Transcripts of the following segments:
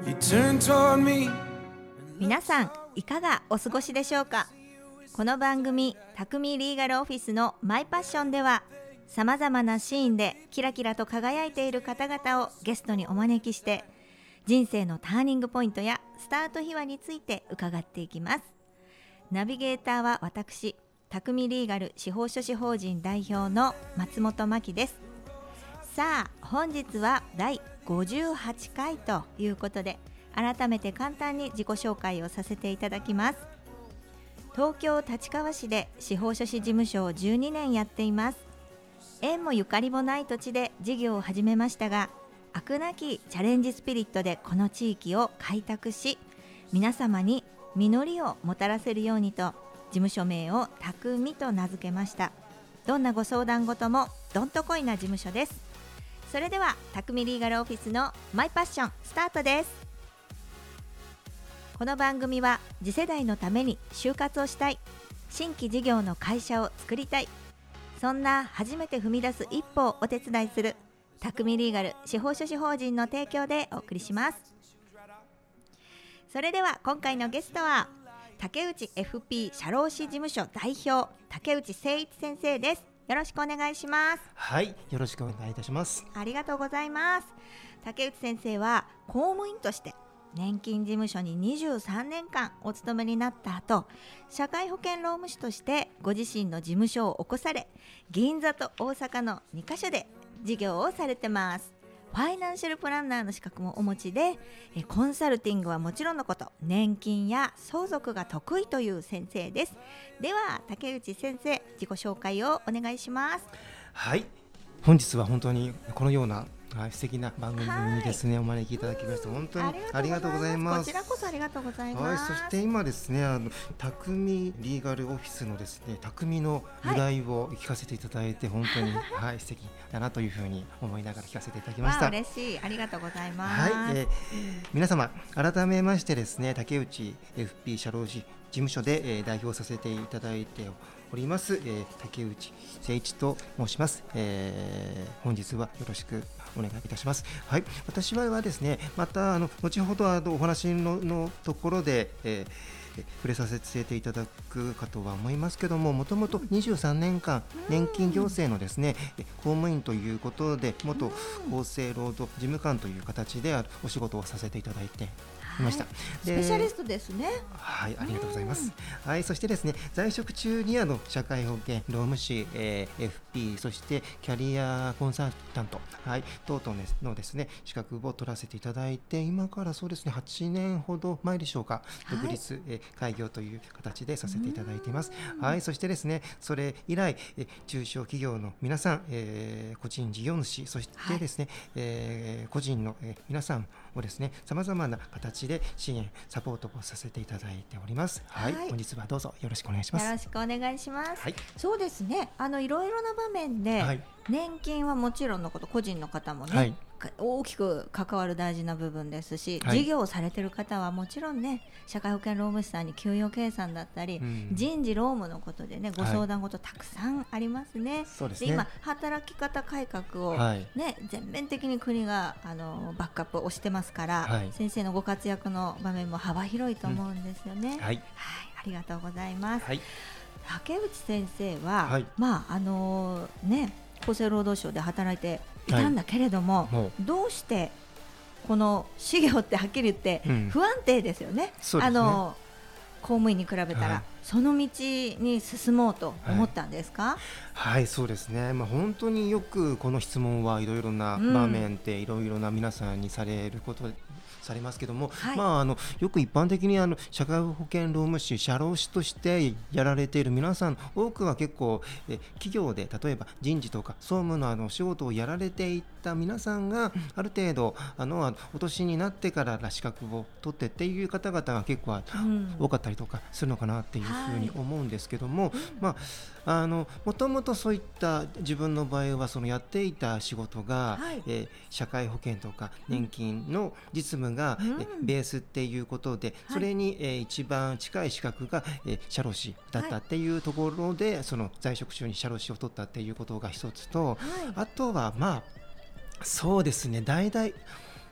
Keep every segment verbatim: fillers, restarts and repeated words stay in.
皆さんいかがお過ごしでしょうか。この番組匠リーガルオフィスのマイパッションでは、さまざまなシーンでキラキラと輝いている方々をゲストにお招きして、人生のターニングポイントやスタート秘話について伺っていきます。ナビゲーターは私、匠リーガル司法書士法人代表の松本真希です。さあ、本日はだいごじゅうはちかいということで、改めて簡単に自己紹介をさせていただきます。東京立川市で司法書士事務所をじゅうにねんやっています。縁もゆかりもない土地で事業を始めましたが、飽くなきチャレンジスピリットでこの地域を開拓し、皆様に実りをもたらせるようにと、事務所名を匠と名付けました。どんなご相談事もどんとこいな事務所です。それでは匠リーガルオフィスのマイパッションスタートです。この番組は次世代のために就活をしたい、新規事業の会社を作りたい、そんな初めて踏み出す一歩をお手伝いする匠リーガル司法書士法人の提供でお送りします。それでは今回のゲストは竹内 エフピー 社労士事務所代表、竹内誠一先生です。よろしくお願いします。 はい、よろしくお願いいたします。 ありがとうございます。竹内先生は公務員として年金事務所ににじゅうさんねんかんお勤めになった後、社会保険労務士としてご自身の事務所を起こされ、銀座と大阪のにかしょで事業をされてます。ファイナンシャルプランナーの資格もお持ちで、コンサルティングはもちろんのこと、年金や相続が得意という先生です。では竹内先生、自己紹介をお願いします。 はい、本日は本当にこのようなはい、素敵な番組にですね、はい、お招きいただきまして本当にありがとうございます。 こちらこそありがとうございます。 はい、そして今ですね、あの匠リーガルオフィスのですね、匠の由来を聞かせていただいて、はい、本当にはい、素敵だなというふうに思いながら聞かせていただきました。 嬉しい、ありがとうございます。 はい、えー、皆様改めましてですね、竹内 エフピー 社労士事務所で、えー、代表させていただいております、えー、竹内誠一と申します。えー、本日はよろしくお願いいたします。はい、私はですね、またあの後ほどあのお話 の, のところで、えー、触れさせていただくかとは思いますけども、もともとにじゅうさんねんかん年金行政のですね、公務員ということで、元厚生労働事務官という形でお仕事をさせていただいていました。はい、 スペシャリストですね。 はい、ありがとうございます。はい、そしてですね、在職中にあの社会保険労務士、えー、エフピー、そしてキャリアコンサルタント、はい、等々のですね資格を取らせていただいて、今からそうですねはちねんほど前でしょうか、独立、はい、え開業という形でさせていただいています。はい、そしてですね、それ以来え中小企業の皆さん、えー、個人事業主、そしてですね、はい、えー、個人の、えー、皆さんをですね、さまざまな形で支援サポートをさせていただいております。はい、はい、本日はどうぞよろしくお願いします。 よろしくお願いします。 はい、 そうですね、あのいろいろな場面で、はい、年金はもちろんのこと、個人の方もね、はい、大きく関わる大事な部分ですし、はい、事業をされている方はもちろんね、社会保険労務士さんに給与計算だったり、うん、人事労務のことでね、ご相談事たくさんありますね。はい、そうですね。で今働き方改革を、ね、はい、全面的に国があのバックアップをしてますから、はい、先生のご活躍の場面も幅広いと思うんですよね。うん、はい、はい、ありがとうございます。はい、竹内先生は、はい、まああのね、厚生労働省で働いていたんだけれども、はい、どうしてこの事業ってはっきり言って不安定ですよね。うん、あの公務員に比べたら、はい、その道に進もうと思ったんですか？ はい、はい、そうですね、まあ、本当によくこの質問はいろいろな場面でいろいろな皆さんにされることされますけども、はい、まあ、あのよく一般的にあの社会保険労務士、社労士としてやられている皆さん多くは結構え企業で例えば人事とか総務のあの仕事をやられていた皆さんがある程度あのお年になってから資格を取ってっていう方々が結構多かったりとかするのかなっていうふうに思うんですけども、はい、まああのもともとそういった自分の場合はそのやっていた仕事が、はい、えー、社会保険とか年金の実務が、うん、えベースっていうことで、それに、えー、一番近い資格が、えー、社労士だったっていうところで、はい、その在職中に社労士を取ったっていうことが一つと、はい、あとはまあそうですね、大々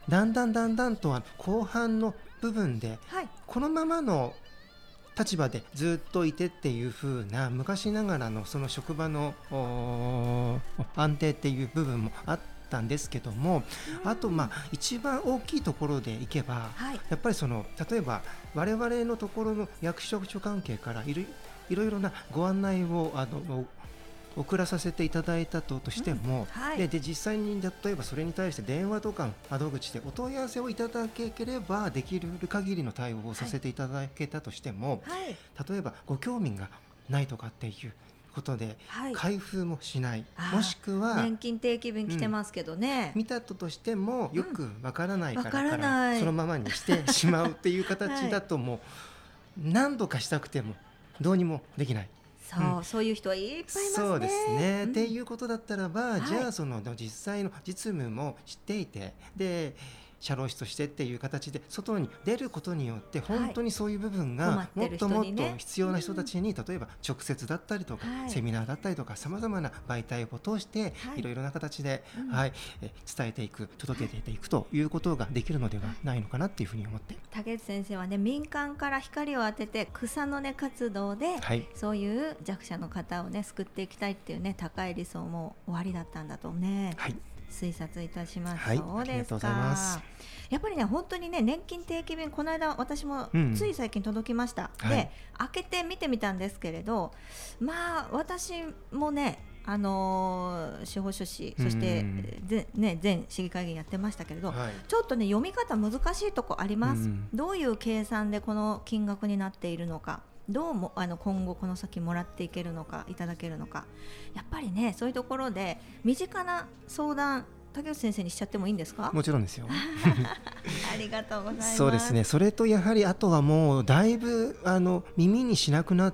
だんだんだんだんと後半の部分で、はい、このままの立場でずっといてっていう風な昔ながらのその職場の安定っていう部分もあったんですけども、あとまあ一番大きいところでいけば、はい、やっぱりその例えば我々のところの役所関係からいろいろいろなご案内をあの送らさせていただいたとしても、うんはい、で, で実際に例えばそれに対して電話とか窓口でお問い合わせをいただければできる限りの対応をさせていただけたとしても、はい、例えばご興味がないとかっていうことで開封もしない、はい、もしくは年金定期便来てますけどね、 うん、見たとしてもよくわからないから、うん、からそのままにしてしまうっていう形だともう何度かしたくてもどうにもできない。 そう、うん、そういう人はいっぱいいますね。 そうですね、うん、っていうことだったらば、はい、じゃあその実際の実務も知っていて、で社労士としてっていう形で外に出ることによって本当にそういう部分がもっともっと必要な人たちに、例えば直接だったりとかセミナーだったりとかさまざまな媒体を通していろいろな形で、はい、伝えていく、届けていくということができるのではないのかなっていうふうに思って、 竹内先生はね、民間から光を当てて草の根活動で、はい、そういう弱者の方をね救っていきたいっていうね高い理想も終わりだったんだとね、はい、推察いたします。はい、そうですか。やっぱりね本当にね年金定期便この間私もつい最近届きました、うん、で、はい、開けて見てみたんですけれど、まあ私もねあのー、司法書士そして、ね、前市議会議員やってましたけれど、はい、ちょっとね読み方難しいとこあります。どういう計算でこの金額になっているのか、どうもあの今後この先もらっていけるのかいただけるのか、やっぱりねそういうところで身近な相談竹内先生にしちゃってもいいんですか？ もちろんですよありがとうございます。 そうですね、それとやはりあとはもうだいぶあの耳にしなくなって、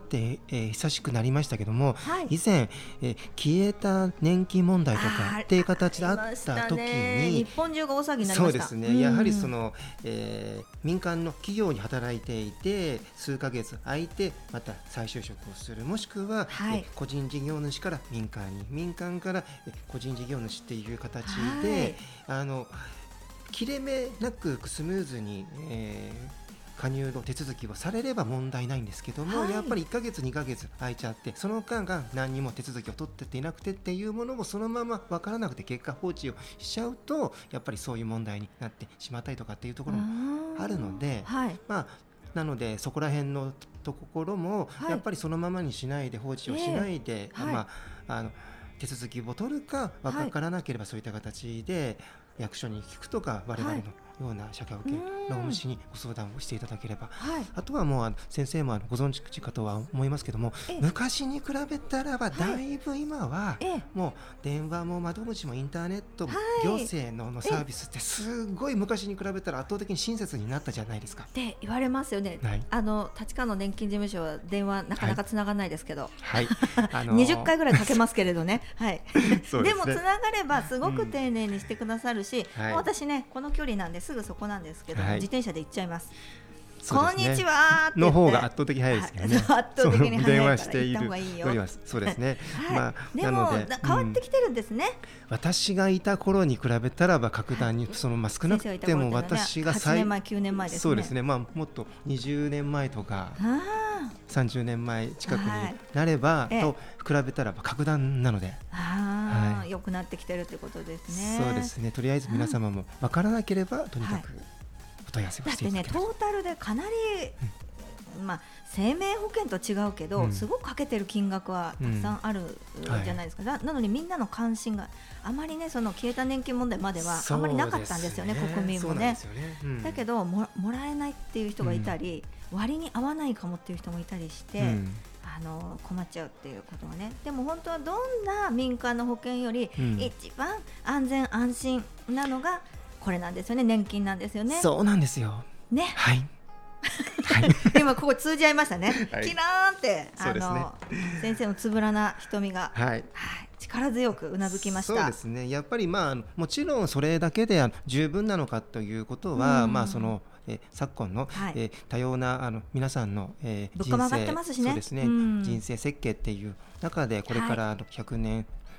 えー、久しくなりましたけども、はい、以前、えー、消えた年金問題とかっていう形であった時に、 日本中が大騒ぎになりました。 そうですね、うん、やはりその、えー、民間の企業に働いていて数ヶ月空いてまた再就職をする、もしくは、はい、個人事業主から民間に、民間から個人事業主っていう形で、はい、あの切れ目なくスムーズに、えー、加入の手続きをされれば問題ないんですけども、はい、やっぱりいっかげつにかげつ空いちゃって、その間が何にも手続きを取っていなくてっていうものもそのまま分からなくて結果放置をしちゃうと、やっぱりそういう問題になってしまったりとかっていうところもあるので、はい、まあなのでそこら辺のところもやっぱりそのままにしないで放置をしないで、えーはい、まあ、あの手続きを取るか分からなければそういった形で役所に聞くとか、我々のような社会保険労務士にご相談をしていただければ、はい、あとはもうあの先生もあのご存知かとは思いますけども、昔に比べたらばだいぶ今はもう電話も窓口もインターネットも行政 の, のサービスってすごい昔に比べたら圧倒的に親切になったじゃないですかって言われますよね、はい、あの立川の年金事務所は電話なかなかつながらないですけど、はいはいあのー、にじゅっかいぐらいかけますけれどね、はい、で, でもつながればすごく丁寧にしてくださるし、うん、はい、私ねこの距離なんですぐそこなんですけど、はい、自転車で行っちゃいます。こんにちはっての方が圧倒的早いですけどね。 圧倒的に早いから行った方がいいよ。 そうですね。 はい、まあ、でもなので変わってきてるんですね、うん、 私がいた頃に比べたらば格段にその、まあ、少なくても私が最はちねんまえきゅうねんまえですね。 そうですね、まあ、もっとにじゅうねんまえとかさんじゅうねんまえ近くになればと比べたらば格段なので、 あ、はい、良くなってきてるってことですね。 そうですね、とりあえず皆様も分からなければとにかく、はい、お問い合わせをしていただければ。 だってね、トータルでかなり、うん、まあ、生命保険と違うけど、うん、すごくかけてる金額はたくさんあるじゃないですか、うん、はい、な, なのにみんなの関心があまりね、その消えた年金問題まではあまりなかったんですよね、国民も ね, ね、うん、だけど も, もらえないっていう人がいたり、うん、割に合わないかもっていう人もいたりして、うん、あの困っちゃうっていうことはね。でも本当はどんな民間の保険より一番安全安心なのがこれなんですよね、年金なんですよね。 そうなんですよね、 はいはい、今ここ通じ合いましたね、はい、キラーンって、あの、ね、先生のつぶらな瞳が、はいはい、力強くうなずきました。 そうですね、やっぱり、まあ、もちろんそれだけで十分なのかということは、まあ、そのえ昨今の、はい、え多様なあの皆さんの、えー、人生、 物価も上がってますしね、 そうですね、人生設計っていう中でこれからひゃくねん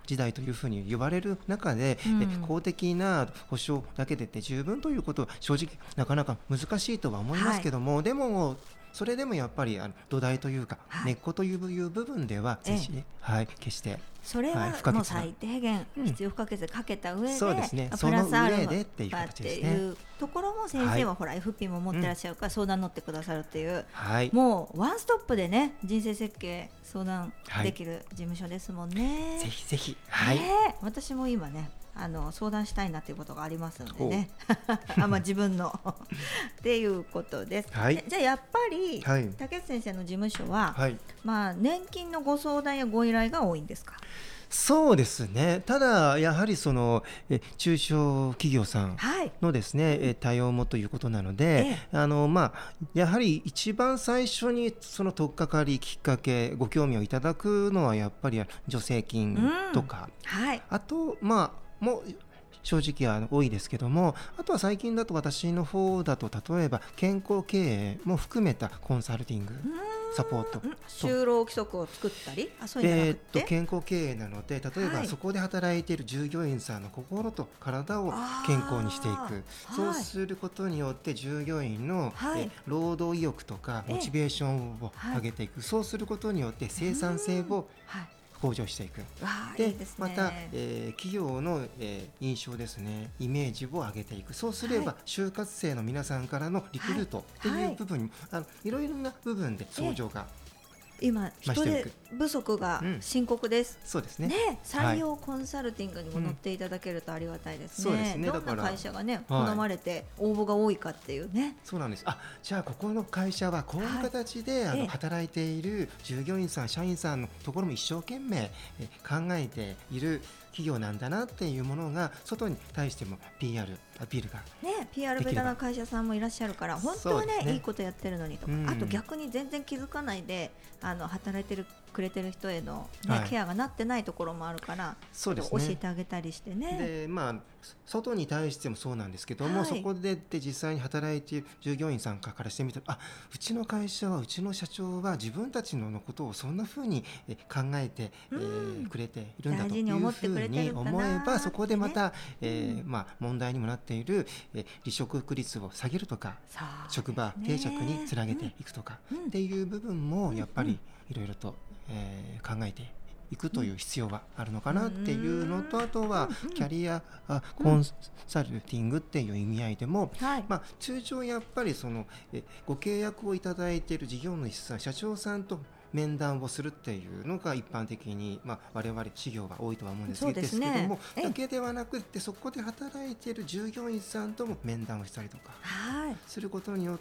時代というふうに言われる中で、うん、え公的な保障だけでって十分ということは正直なかなか難しいとは思いますけども、はい、でもそれでもやっぱりあの土台というか、はい、根っこという部分ではぜひ、ええはい、決してそれはもう最低限必要不可欠でかけた上で、うん、 そうですね、 プラスアルファっていう形ですね。 っていうところも先生はほら、はい、エフピー も持ってらっしゃるから相談乗ってくださるっていう、 はい、 もうワンストップでね人生設計相談できる事務所ですもんね、 はい、ぜひぜひ、はい、 ね、私も今ねあの相談したいなということがありますのでねあ、まあ、自分のっていうことです、はい、じゃあやっぱり、はい、竹内先生の事務所は、はい、まあ、年金のご相談やご依頼が多いんですか？ そうですね。ただやはりそのえ中小企業さんのですね、はい、対応もということなので、ええ、あのまあやはり一番最初にその取っかかりきっかけご興味をいただくのはやっぱり助成金とか、うん、はい、あとまあもう正直は多いですけども、あとは最近だと私の方だと例えば健康経営も含めたコンサルティングサポート、 就労規則を作ったり、あ、そういうのじゃなくて、 えー、っと健康経営なので、例えばそこで働いている従業員さんの心と体を健康にしていく、そうすることによって従業員の、はい、え労働意欲とかモチベーションを上げていく、はい、そうすることによって生産性を向上していく。で、いいですね、また、えー、企業の、えー、印象ですね、イメージを上げていく。そうすれば、はい、就活生の皆さんからのリクルートっていう部分にも、はい、あのいろいろな部分で相乗が、 今人手不足が深刻です、 うん、そうですね。 ね、採用コンサルティングにも乗っていただけるとありがたいですね、うん、そうですね。どんな会社がね好まれて応募が多いかっていうね、はい、 そうなんです。あ、じゃあここの会社はこういう形で、はい、あの働いている従業員さん社員さんのところも一生懸命考えている企業なんだなっていうものが外に対しても ピーアール アピールがね、ピーアール ベタな会社さんもいらっしゃるから本当は ね, ねいいことやってるのにとか、うん、あと逆に全然気づかないであの働いてるくれてる人への、ね、はい、ケアがなってないところもあるから、そうですね、教えてあげたりしてね。 で、まあ、外に対してもそうなんですけども、はい、そこでで実際に働いている従業員さんからしてみたら、あ、うちの会社はうちの社長は自分たちのことをそんな風に考えて、うん、えー、くれているんだというふうに思えば、そこでまた、えーまあ、問題にもなっている、えー、離職率を下げるとか、職場定着につなげていくとか、うん、っていう部分もやっぱりいろいろと、えー、考えていくという必要があるのかなっていうのと、あとはキャリアコンサルティングっていう意味合いでも、まあ、通常やっぱりそのえご契約をいただいている事業主さん、社長さんと面談をするっていうのが一般的に、まあ、我々事業が多いとは思うんですけど、ですけども、だけではなくてそこで働いている従業員さんとも面談をしたりとかすることによって、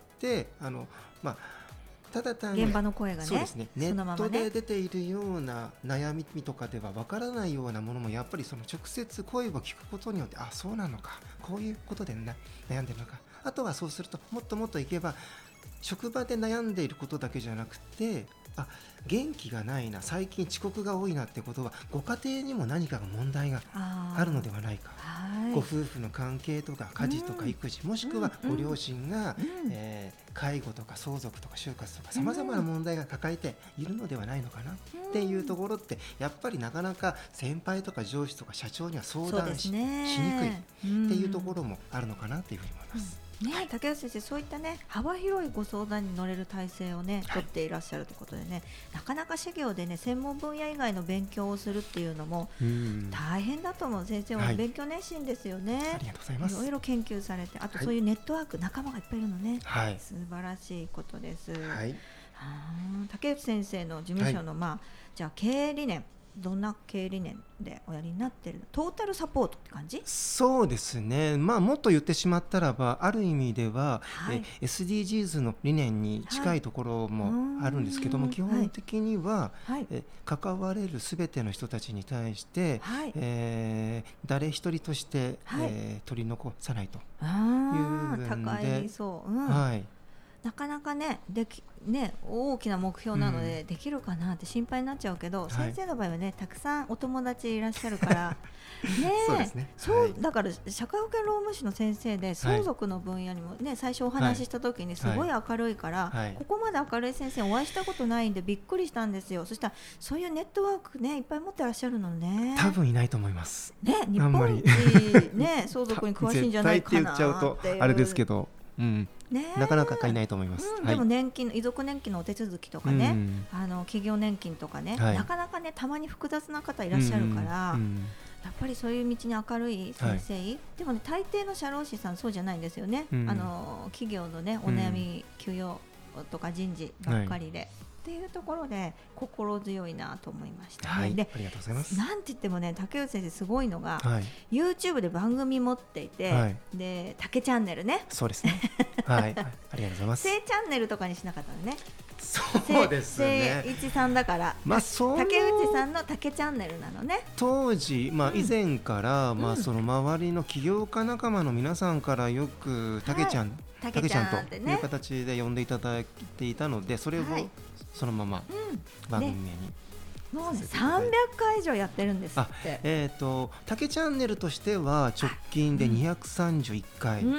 あの、まあただ単に現場の声がね、 そうですね、ネットで出ているような悩みとかではわからないようなものもやっぱりその直接声を聞くことによって、あ、そうなのか、こういうことでな悩んでるのか、あとはそうするともっともっといけば職場で悩んでいることだけじゃなくて、あ、元気がないな、最近遅刻が多いなってことはご家庭にも何かが問題があるのではないか、ご夫婦の関係とか家事とか育児、うん、もしくはご両親が、うん、えー、介護とか相続とか就活とかさまざまな問題が抱えているのではないのかなっていうところって、やっぱりなかなか先輩とか上司とか社長には相談 し,、ね、しにくいっていうところもあるのかなっていうふうに思います、 うんね、竹内先生、そういったね幅広いご相談に乗れる体制をね取っていらっしゃるということでね、はい、なかなか授業でね専門分野以外の勉強をするっていうのも大変だと思う。先生は勉強熱心ですよね、はい、 ありがとうございます。 いろいろ研究されて、あとそういうネットワーク、はい、仲間がいっぱいいるのね、はい、素晴らしいことです、はい、竹内先生の事務所の、はい、まあ、じゃあ経営理念、どんな経営理念でおやりになっているの？トータルサポートって感じ？ そうですね、まあ、もっと言ってしまったらば、ある意味では、はい、え エスディージーズ の理念に近いところもあるんですけども、はい、基本的には、はい、え関われるすべての人たちに対して、はい、えー、誰一人として、はい、えー、取り残さないという部分で、 高いそう、うん、 はい、 なかなかねできね大きな目標なので、うん、できるかなって心配になっちゃうけど、はい、先生の場合はねたくさんお友達いらっしゃるからねそうですね、 そう、 はい、 だから社会保険労務士の先生で相続の分野にもね、はい、最初お話しした時にすごい明るいから、はい、ここまで明るい先生お会いしたことないんでびっくりしたんですよ。そしたらそういうネットワークねいっぱい持ってらっしゃるのね。 多分いないと思いますね、日本一ね相続に詳しいんじゃないかなっていう絶対って言っちゃうとあれですけど、うんね、なかなかいないと思います、 うんはい、でも年金遺族年金のお手続きとかね、うん、あの企業年金とかね、はい、なかなかねたまに複雑な方いらっしゃるから、うんうん、やっぱりそういう道に明るい先生、はい、でもね大抵の社労士さんそうじゃないんですよね、うん、あの企業のねお悩み、うん、給与とか人事ばっかりで、はいっていうところで心強いなと思いました、ね、 はい、 でありがとうございます。 なんて言ってもね竹内先生すごいのが、はい、YouTube で番組持っていて、はい、で竹チャンネルねそうですねはい、ありがとうございます。 せいチャンネルとかにしなかったのね。 そうですねせいいちさんだから、まあ、そ竹内さんの竹チャンネルなのね。 当時、まあ、以前から、うんまあ、その周りの起業家仲間の皆さんからよく竹ちゃん、はい、竹ちゃんという形で呼んでいただいていたのでそれを、はいそのまま番組名に、 うん、もうねさんびゃっかい以上やってるんですって。 えーと竹チャンネルとしては直近でにひゃくさんじゅういっかい、うん、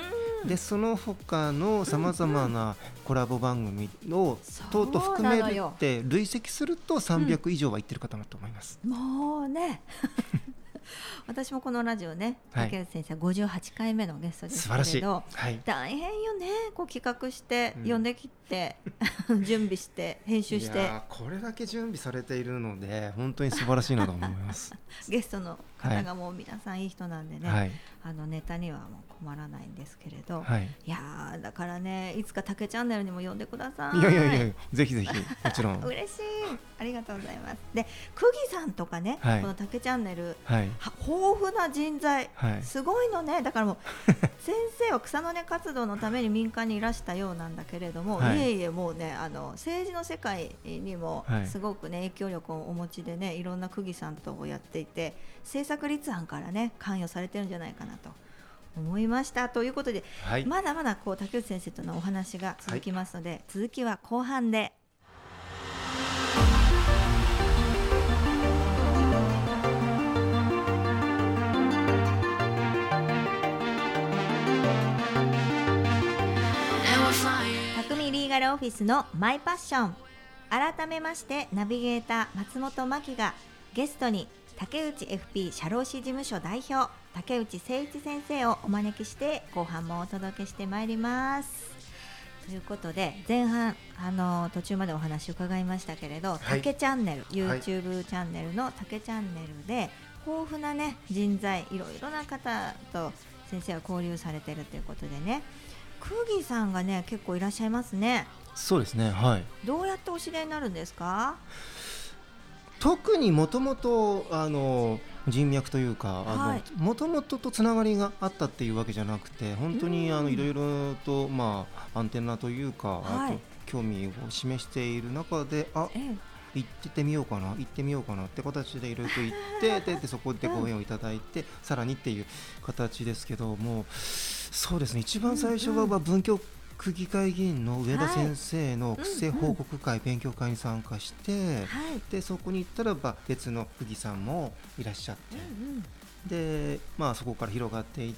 でその他のさまざまなコラボ番組をとうとう含めるって累積するとさんびゃく以上はいってる方だと思います、 うん、もうね私もこのラジオね、はい、竹内先生ごじゅうはちかいめのゲストですけれど、はい、大変よねこう企画して呼んできて、うん、準備して編集していやこれだけ準備されているので本当に素晴らしいなと思いますゲストの方がもう皆さんいい人なんでね、はい、あのネタにはもう困らないんですけれど、はい、いやだからねいつか竹チャンネルにも呼んでください。 いやいやいやぜひぜひもちろん嬉しいありがとうございます。で久喜さんとかね、はい、この竹チャンネル、はい、豊富な人材、はい、すごいのね。だからもう先生は草の根活動のために民間にいらしたようなんだけれども、はい、いえいえもうねあの政治の世界にもすごくね影響力をお持ちでねいろんな久喜さんとやっていて政策立案からね関与されてるんじゃないかなと思いましたということで、はい、まだまだこう竹内先生とのお話が続きますので、はい、続きは後半で。匠リーガルオフィスのマイパッション。改めましてナビゲーター松本真希がゲストに竹内 エフピー 社労士事務所代表竹内誠一先生をお招きして後半もお届けしてまいります。ということで前半あの途中までお話伺いましたけれど、はい、竹チャンネル YouTube チャンネルの竹チャンネルで豊富なね人材いろいろな方と先生は交流されているということでね久喜さんがね結構いらっしゃいますね。 そうですねはい。 どうやってお知り合いになるんですか？ 特にもともとあの人脈というかもともととつながりがあったっていうわけじゃなくて本当にあのいろいろとまあアンテナというか、はい、あと興味を示している中であ、ええ、行ってみようかな行ってみようかなって形でいろいろと行ってででそこでご縁をいただいて、うん、さらにっていう形ですけどもそうですね一番最初は文京区議会議員の上田先生の区政報告会、はい、勉強会に参加して、はい、でそこに行ったらば別の区議さんもいらっしゃって、うんうん、で、まあ、そこから広がっていって、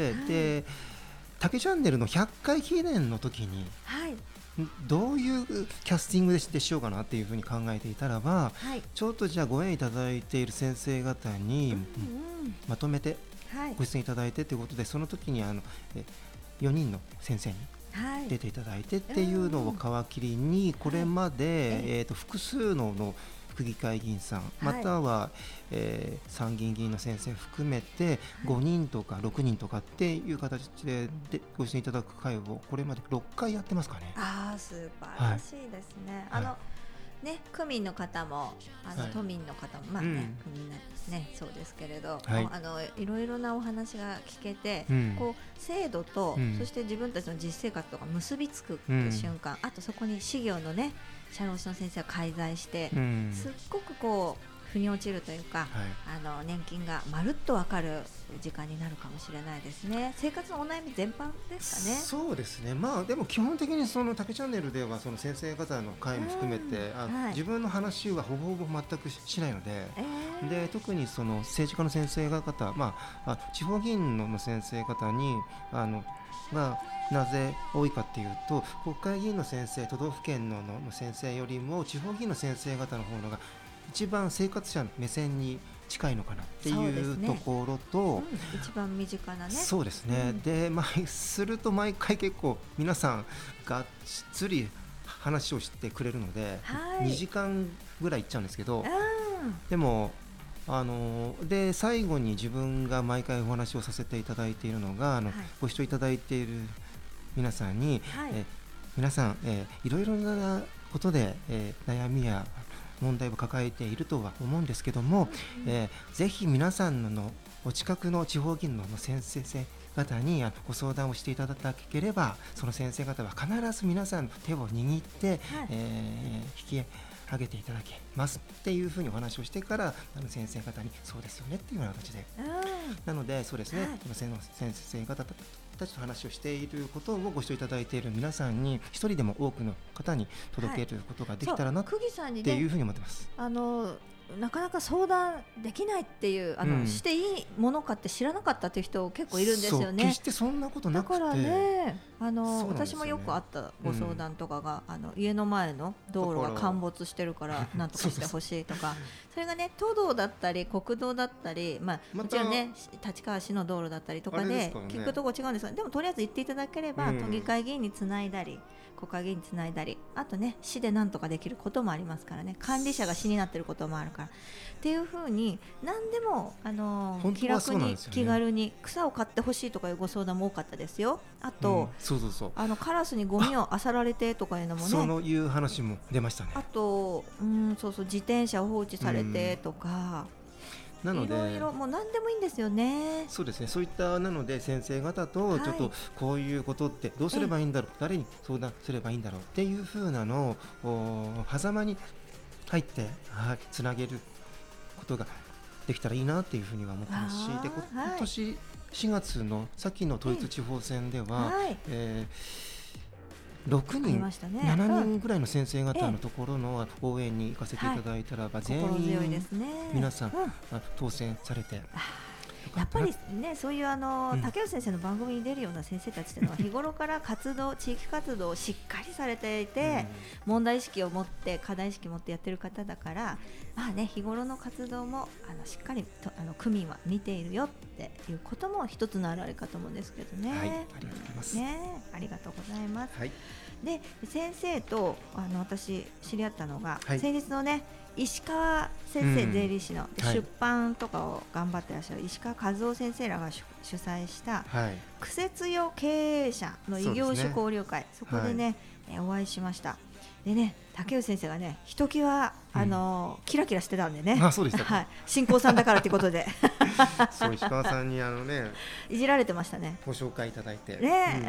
はい、で竹チャンネルのひゃっかい記念の時に、はい、どういうキャスティングでしようかなっていうふうに考えていたらば、はい、ちょっとじゃあご縁いただいている先生方に、うんうん、まとめてご出演いただいてということでその時にあのえよにんの先生に出ていただいてっていうのを皮切りにこれまでえーと複数のの区議会議員さんまたはえ参議院議員の先生含めてごにんとかろくにんとかっていう形でご出演いただく会をこれまでろっかいやってますかね。 ああ素晴らしいですね。あのね、区民の方もあの、はい、都民の方もまあね、うん、みんなねそうですけれど、はい、あのいろいろなお話が聞けて、うん、こう制度と、うん、そして自分たちの実生活とか結びつくっていう瞬間、うん、あとそこに私業のね社労士の先生が介在して、うん、すっごくこう腑に落ちるというか、 はい、 あの年金がまるっと分かる時間になるかもしれないですね。生活のお悩み全般ですかね。 そうですね、まあ、でも基本的にその竹チャンネルではその先生方の会も含めて、あ、はい、自分の話はほぼほぼ全くしないので、えー、で特にその政治家の先生方、まあ、あ地方議員の先生方にあのがなぜ多いかっていうと、国会議員の先生、都道府県 の, の先生よりも地方議員の先生方の方のが一番生活者の目線に近いのかなっていうところと、うん、 一番身近なね。 そうですね、うん、で、まあ、すると毎回結構皆さんがっつり話をしてくれるので、はい、にじかんぐらいいっちゃうんですけど、でもあので最後に自分が毎回お話をさせていただいているのが、あの、はい、ご視聴いただいている皆さんに、はい、え皆さん、えー、いろいろなことで、えー、悩みや問題を抱えているとは思うんですけども、うん、えー、ぜひ皆さんのお近くの地方議員の先生方にご相談をしていただければ、その先生方は必ず皆さんの手を握って、はい、えー、引き上げていただけますっていうふうにお話をしてから、あの先生方にそうですよねっていうような形で、なのでそうですね、はい、この先生方たちと話をしていることをご視聴いただいている皆さんに一人でも多くの方に届けることができたらなっていうふうに思ってます。 あのなかなか相談できないっていうあの、うん、していいものかって知らなかったっていう人結構いるんですよね。 決してそんなことなくて、 だからね、あの、ね、私もよくあったご相談とかが、うん、あの家の前の道路が陥没してるからなんとかしてほしいとかそれがね都道だったり国道だったり、まあ、もちろんね立川市の道路だったりとかで聞くとこ違うんですが、でもとりあえず言っていただければ、うん、都議会議員につないだり国会議員につないだり、あとね市でなんとかできることもありますからね、管理者が市になってることもあるからっていう風に何でもあの気楽に、ね、気軽に草を買ってほしいとかいうご相談も多かったですよ。あと、うん、 そうそうそう、 あのカラスにゴミを漁られてとかいうのもね、 そういう話も出ましたね。 あと、うん、そうそう自転車を放置されてとか、なのでいろいろもう何でもいいんですよね。 そうですね、そういったなので先生方とちょっとこういうことってどうすればいいんだろう、誰に相談すればいいんだろうっていう風なのを狭間に入ってつなげることができたらいいなっていうふうには思ってますし、で今年しがつの先の統一地方選では、はい、えー、ろくにん、ね、ななにんぐらいの先生方のところの応援に行かせていただいたらば、はい、全員皆さん、うん、当選されて、 やっぱりね、そういうあの、うん、竹内先生の番組に出るような先生たちというのは日頃から活動地域活動をしっかりされていて、うん、問題意識を持って課題意識を持ってやってる方だから、まあね、日頃の活動もあのしっかりとあの区民は見ているよっていうことも一つのあるありかと思うんですけどね。 はい、ありがとうございます、 ね、ありがとうございます、 はい、 で先生とあの私知り合ったのが、 はい、 先日のね石川先生、うん、税理士の、はい、出版とかを頑張ってらっしゃる石川和夫先生らが主催した、はい、苦節用経営者の異業種交流会、 そ, ね、そこでね、はい、お会いしました。でね、竹内先生がねひときわ、あのーうん、キラキラしてたんでね、 あ、そうでしたか、 はい、新興さんだからということでそう石川さんにあの、ね、 いじられてましたね、 ご紹介いただいて、 ね、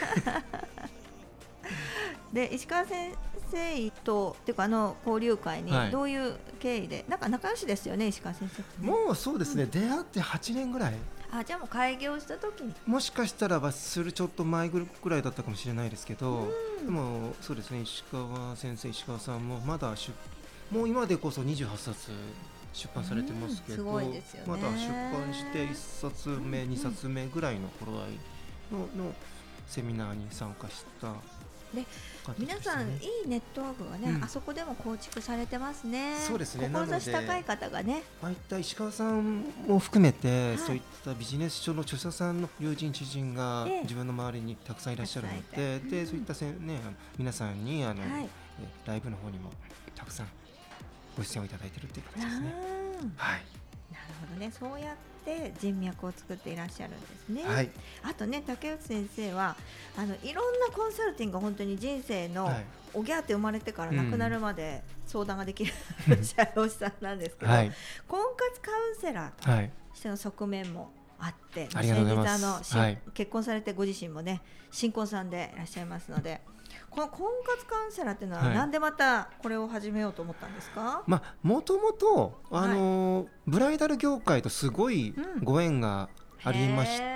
うん、で石川先生とっていうかあの交流会にどういう経緯で、はい、なんか仲良しですよね石川先生って、ね、 もうそうですね、うん、出会ってはちねんぐらい、 あ、じゃあもう開業した時にもしかしたらばするちょっと前ぐらいだったかもしれないですけど、うん、でもそうですね、石川先生石川さんもまだ出もう今でこそにじゅうはっさつ出版されてますけど、 うん、すごいですよね、 まだ出版していっさつめ、うん、にさつめぐらいの頃合い の, のセミナーに参加したで、ね、皆さんいいネットワークがね、うん、あそこでも構築されてますね。 そうですね、 志高い方がね、 ああいった石川さんも含めて、はい、そういったビジネス書の著者さんの友人知人が自分の周りにたくさんいらっしゃるので、ええ、で、うん、そういったせ、ね、皆さんにあの、はい、ライブの方にもたくさんご出演をいただいているという形ですね。はい、 なるほどね、そうやって人脈を作っていらっしゃるんですね。 はい、 あとね、竹内先生はあのいろんなコンサルティングが本当に人生の、はい、おぎゃーって生まれてから亡くなるまで相談ができる、うん、社労士さんなんですけど、はい、婚活カウンセラーとしての側面もあって、 ありがとうございます。 先日あの、 はい、 結婚されてご自身もね新婚さんでいらっしゃいますので、この婚活カウンセラーっていうのは、はい、なんでまたこれを始めようと思ったんですか？ まあ、もともと、あのーはい、ブライダル業界とすごいご縁がありまして、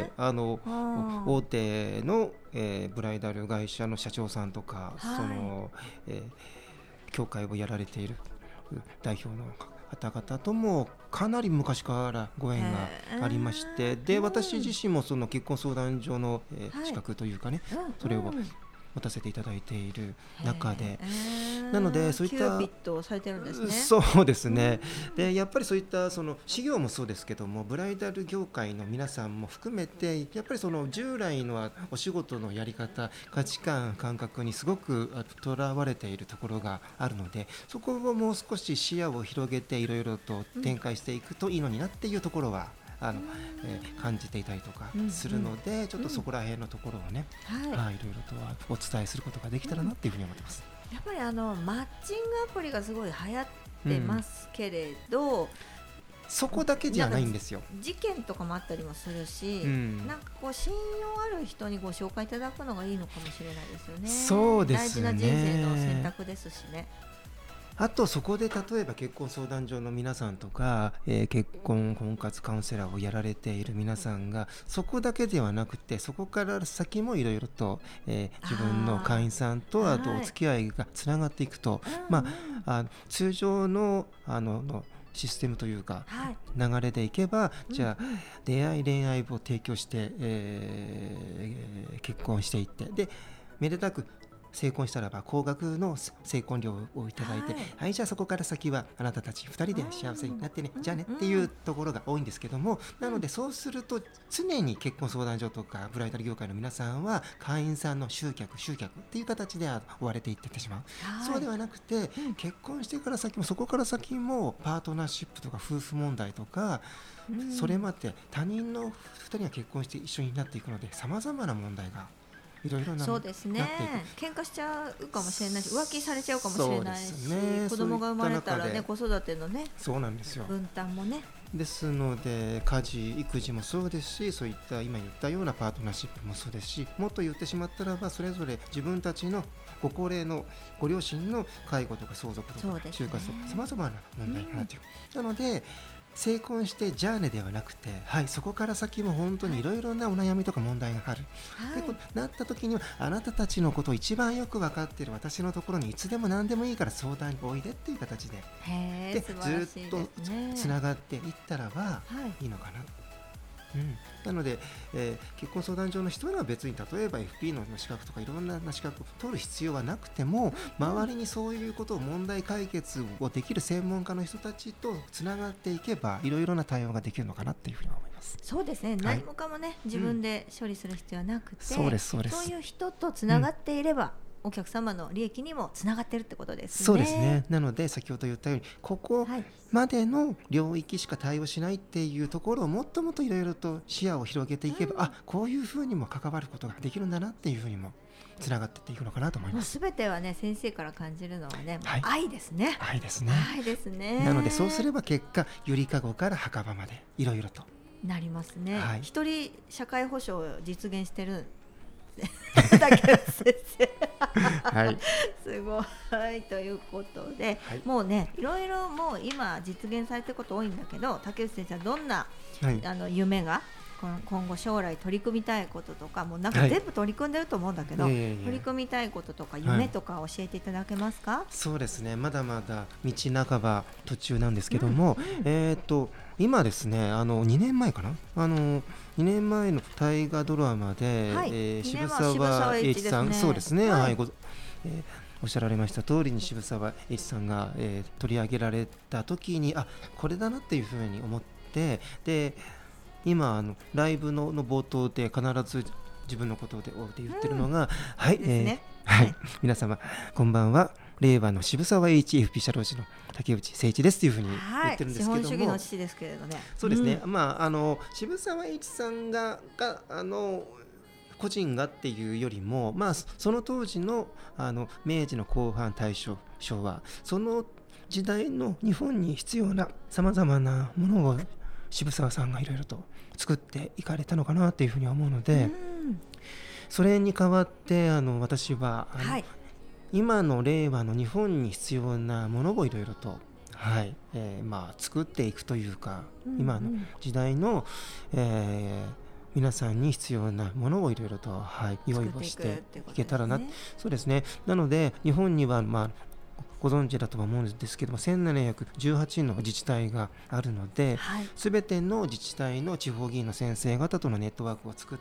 うん、あの大手の、えー、ブライダル会社の社長さんとか、はい、その、えー、協会をやられている代表の方々ともかなり昔からご縁がありまして、で私自身もその結婚相談所の、えーはい、資格というかね、それを持たせていただいている中で、なのでそういったキューピッドをされてるんですね。 そうですね、うん、でやっぱりそういったその事業もそうですけども、ブライダル業界の皆さんも含めてやっぱりその従来のお仕事のやり方、価値観、感覚にすごくとらわれているところがあるので、そこをもう少し視野を広げていろいろと展開していくといいのになっていうところは、あのえー、感じていたりとかするので、うんうん、ちょっとそこら辺のところをね、うんはい、いろいろとはお伝えすることができたらなっていうふうに思ってます。 やっぱりあのマッチングアプリがすごい流行ってますけれど、うん、 そこだけじゃないんですよ。 事件とかもあったりもするし、うん、なんかこう信用ある人にご紹介いただくのがいいのかもしれないですよね。 そうですね。 大事な人生の選択ですしね。 あとそこで例えば結婚相談所の皆さんとか、えー、結婚婚活カウンセラーをやられている皆さんがそこだけではなくて、そこから先もいろいろと、えー、自分の会員さんとあとお付き合いがつながっていくと、はい、まあ、あ通常のあののシステムというか、はい、流れでいけば、じゃあ、うん、出会い恋愛を提供して、えー、結婚していって、でめでたく成婚したらば高額の成婚料をいただいて、はい、はい、じゃあそこから先はあなたたちふたりで幸せになってね、じゃあねっていうところが多いんですけども、なのでそうすると常に結婚相談所とかブライダル業界の皆さんは会員さんの集客集客っていう形で追われていっててしまう、はい、そうではなくて、うん、結婚してから先もそこから先もパートナーシップとか夫婦問題とか、うん、それまで他人のふたりが結婚して一緒になっていくので様々な問題がいろいろなそうですね、喧嘩しちゃうかもしれないし、浮気されちゃうかもしれないし、ね、子供が生まれたらね、子育てのね、 そうなんですよ、 分担もね。 ですので家事育児もそうですし、そういった今言ったようなパートナーシップもそうですし、もっと言ってしまったらばそれぞれ自分たちのご高齢のご両親の介護とか相続とか就活とかさまざまな問題があって、うん、なので成婚してじゃあねではなくて、はい、そこから先も本当にいろいろなお悩みとか問題がある、はい、でなった時にはあなたたちのことを一番よく分かっている私のところにいつでも何でもいいから相談においでっていう形で、 へー、 でずっとつながっていったらばいいのかな、はい、うん、なので、えー、結婚相談所の人は別に例えば エフピー の資格とかいろんな資格を取る必要はなくても、周りにそういうことを問題解決をできる専門家の人たちとつながっていけばいろいろな対応ができるのかなっていうふうに思います。 そうですね、はい、何もかもね自分で処理する必要はなくて、 うん、そうですそうです、 そういう人とつながっていれば、うん、お客様の利益にもつながってるってことですね。 そうですね。なので先ほど言ったようにここまでの領域しか対応しないっていうところをもっともっといろいろと視野を広げていけば、うん、あこういうふうにも関わることができるんだなっていうふうにもつながっていくのかなと思います。 すべてはね先生から感じるのはね、はい、愛ですね。 愛ですね。 愛ですね。 なのでそうすれば結果ゆりかごから墓場までいろいろとなりますね。 はい、 一人社会保障を実現してるだけど先生はい、すごいということで、はい、もうねいろいろもう今実現されてること多いんだけど、竹内先生はどんな、はい、あの夢が今後将来取り組みたいこととか、もうなんか全部取り組んでると思うんだけど、はい、取り組みたいこととか夢とか教えていただけますか？はい、 そうですね、まだまだ道半ば途中なんですけども、うんうん、えー、っと今ですね、あのにねんまえかな、あのにねんまえの大河ドラマで、はい、えー、渋沢栄一さん、そうですね、はいはい、ごえーおっしゃられました通りに渋沢栄一さんが、えー、取り上げられた時に、あこれだなっていうふうに思って、で今あのライブ の, の冒頭で必ず自分のことで言ってるのが、うん、はい、えーはい、皆様こんばんは、令和の渋沢栄一 エフピー 社労士の竹内誠一ですというふうに言ってるんですけども、はい、 資本主義の父ですけれどね。 そうですね、うん、まあ、あの渋沢栄一さんががあの個人がっていうよりも、まあ、その当時 の, あの明治の後半大正昭和その時代の日本に必要なさまざまなものを渋沢さんがいろいろと作っていかれたのかなというふうに思うので、 うん、 それに代わってあの私はあの、 はい、 今の令和の日本に必要なものをいろいろと、はいえーまあ、作っていくというか、うんうん、今の時代の、えー皆さんに必要なものをいろいろと、はい、用意をしていけたらな、そうですね。なので日本には、まあ、ご存知だとは思うんですけどもせんななひゃくじゅうはちの自治体があるので、すべ、はい、ての自治体の地方議員の先生方とのネットワークを作って、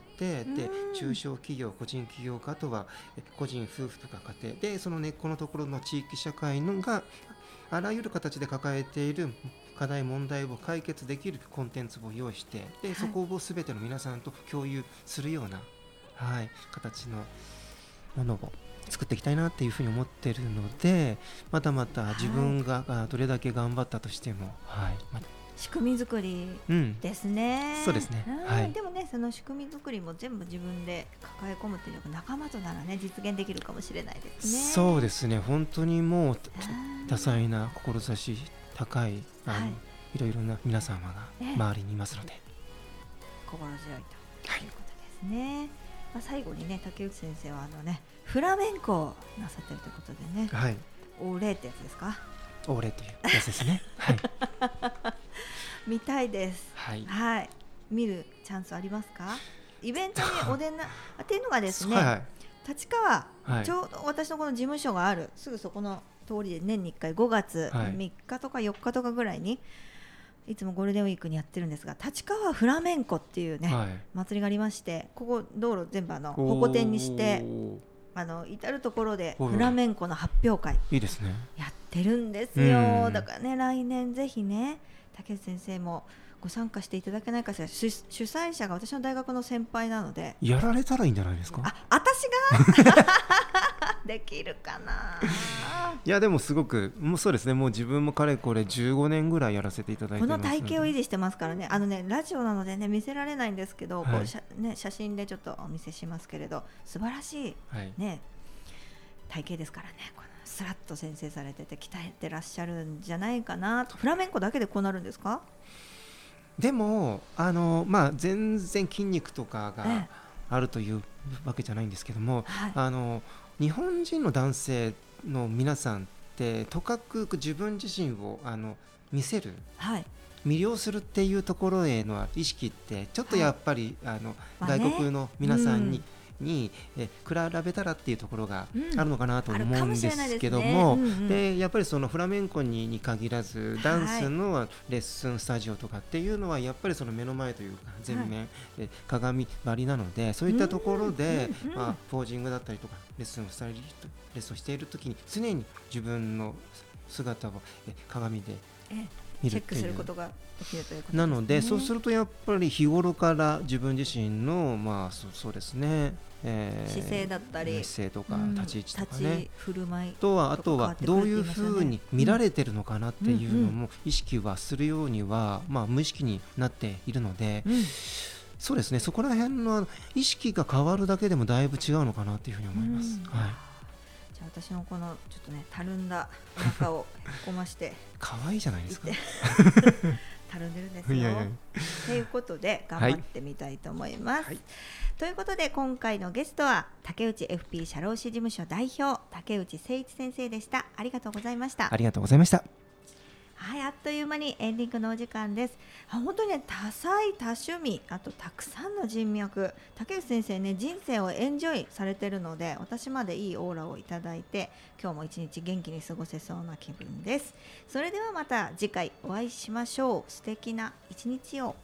で中小企業個人企業家とは個人夫婦とか家庭でその根っこのところの地域社会のがあらゆる形で抱えている課題問題を解決できるコンテンツを用意して、で、はい、そこをすべての皆さんと共有するような、はい、形のものを作っていきたいなっていうふうに思っているので、またまた自分がどれだけ頑張ったとしても、はい、また仕組み作りですね、 うん、そうですね、 はい、でもねその仕組み作りも全部自分で抱え込むというか仲間とならね実現できるかもしれないですね。 そうですね、本当にもう多彩な志高いあの、はい、いろいろな皆様が周りにいますので、 心強いということですね、はい。まあ、最後にね竹内先生はあのねフラメンコをなさっているということでね、はい、オーレってやつですか？ オーレというやつですね、はい、 見たいです、はいはい、見るチャンスありますか？イベントにお出になっていうのがですね、はいはい、立川、はい、ちょうど私のこの事務所があるすぐそこの通りで年にいっかいごがつみっかとかよっかとかぐらいにいつもゴールデンウィークにやってるんですが、立川フラメンコっていうね、はい、祭りがありまして、ここ道路全部あのホコ天にしてあの至るところでフラメンコの発表会いいですねやってるんですよ。だからね来年ぜひね竹内先生もご参加していただけないかしら。主催者が私の大学の先輩なのでやられたらいいんじゃないですか？ あ、私ができるかな。 いやでもすごくもうそうですね、もう自分もかれこれじゅうごねんぐらいやらせていただいてますので、 この体型を維持してますからね。あのねラジオなのでね見せられないんですけど、はい、こう写ね、写真でちょっとお見せしますけれど素晴らしい、はい、ね体型ですからね。このスラッと先生されてて鍛えてらっしゃるんじゃないかなと。フラメンコだけでこうなるんですか？ でもあの、まあ、全然筋肉とかがあるというわけじゃないんですけども、はい、あの日本人の男性の皆さんってとかく自分自身をあの見せる、はい、魅了するっていうところへの意識ってちょっとやっぱり、はい、あの外国の皆さんに、うんにえ比べたらっていうところがあるのかなと思うんですけども、でやっぱりそのフラメンコにに限らずダンスのレッスンスタジオとかっていうのはやっぱりその目の前というか前面、はい、え鏡張りなので、そういったところで、まあ、ポージングだったりとかレッスンをしたりレッスンをしているときに常に自分の姿をえ鏡でチェックすることができるということですね。 なのでそうするとやっぱり日頃から自分自身のまあ そ, そうですね、えー、 姿勢だったり姿勢とか立ち位置とかね、うん、 立ち振る舞いとはあとはどういうふうに見られてるのかなっていうのも意識はするようには、まあ、無意識になっているので、うん、そうですね、そこら辺の意識が変わるだけでもだいぶ違うのかなというふうに思います、うん、はい。 じゃあ私のこのちょっとねたるんだお腹をへこまして可愛いじゃないですかたるんでるんですよ。いやいやということで頑張ってみたいと思います、はいはい、ということで今回のゲストは竹内 エフピー 社労士事務所代表竹内誠一先生でした。ありがとうございました。 ありがとうございました。 はい、あっという間にエンディングのお時間です。本当にね多彩多趣味、あとたくさんの人脈、竹内先生ね人生をエンジョイされてるので私までいいオーラをいただいて今日も一日元気に過ごせそうな気分です。それではまた次回お会いしましょう。素敵な一日を。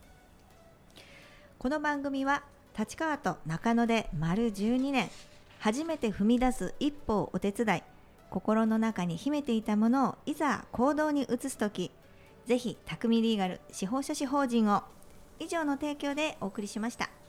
この番組は立川と中野で丸じゅうにねん、初めて踏み出す一歩をお手伝い、心の中に秘めていたものをいざ行動に移すとき、ぜひ匠リーガル司法書士法人を以上の提供でお送りしました。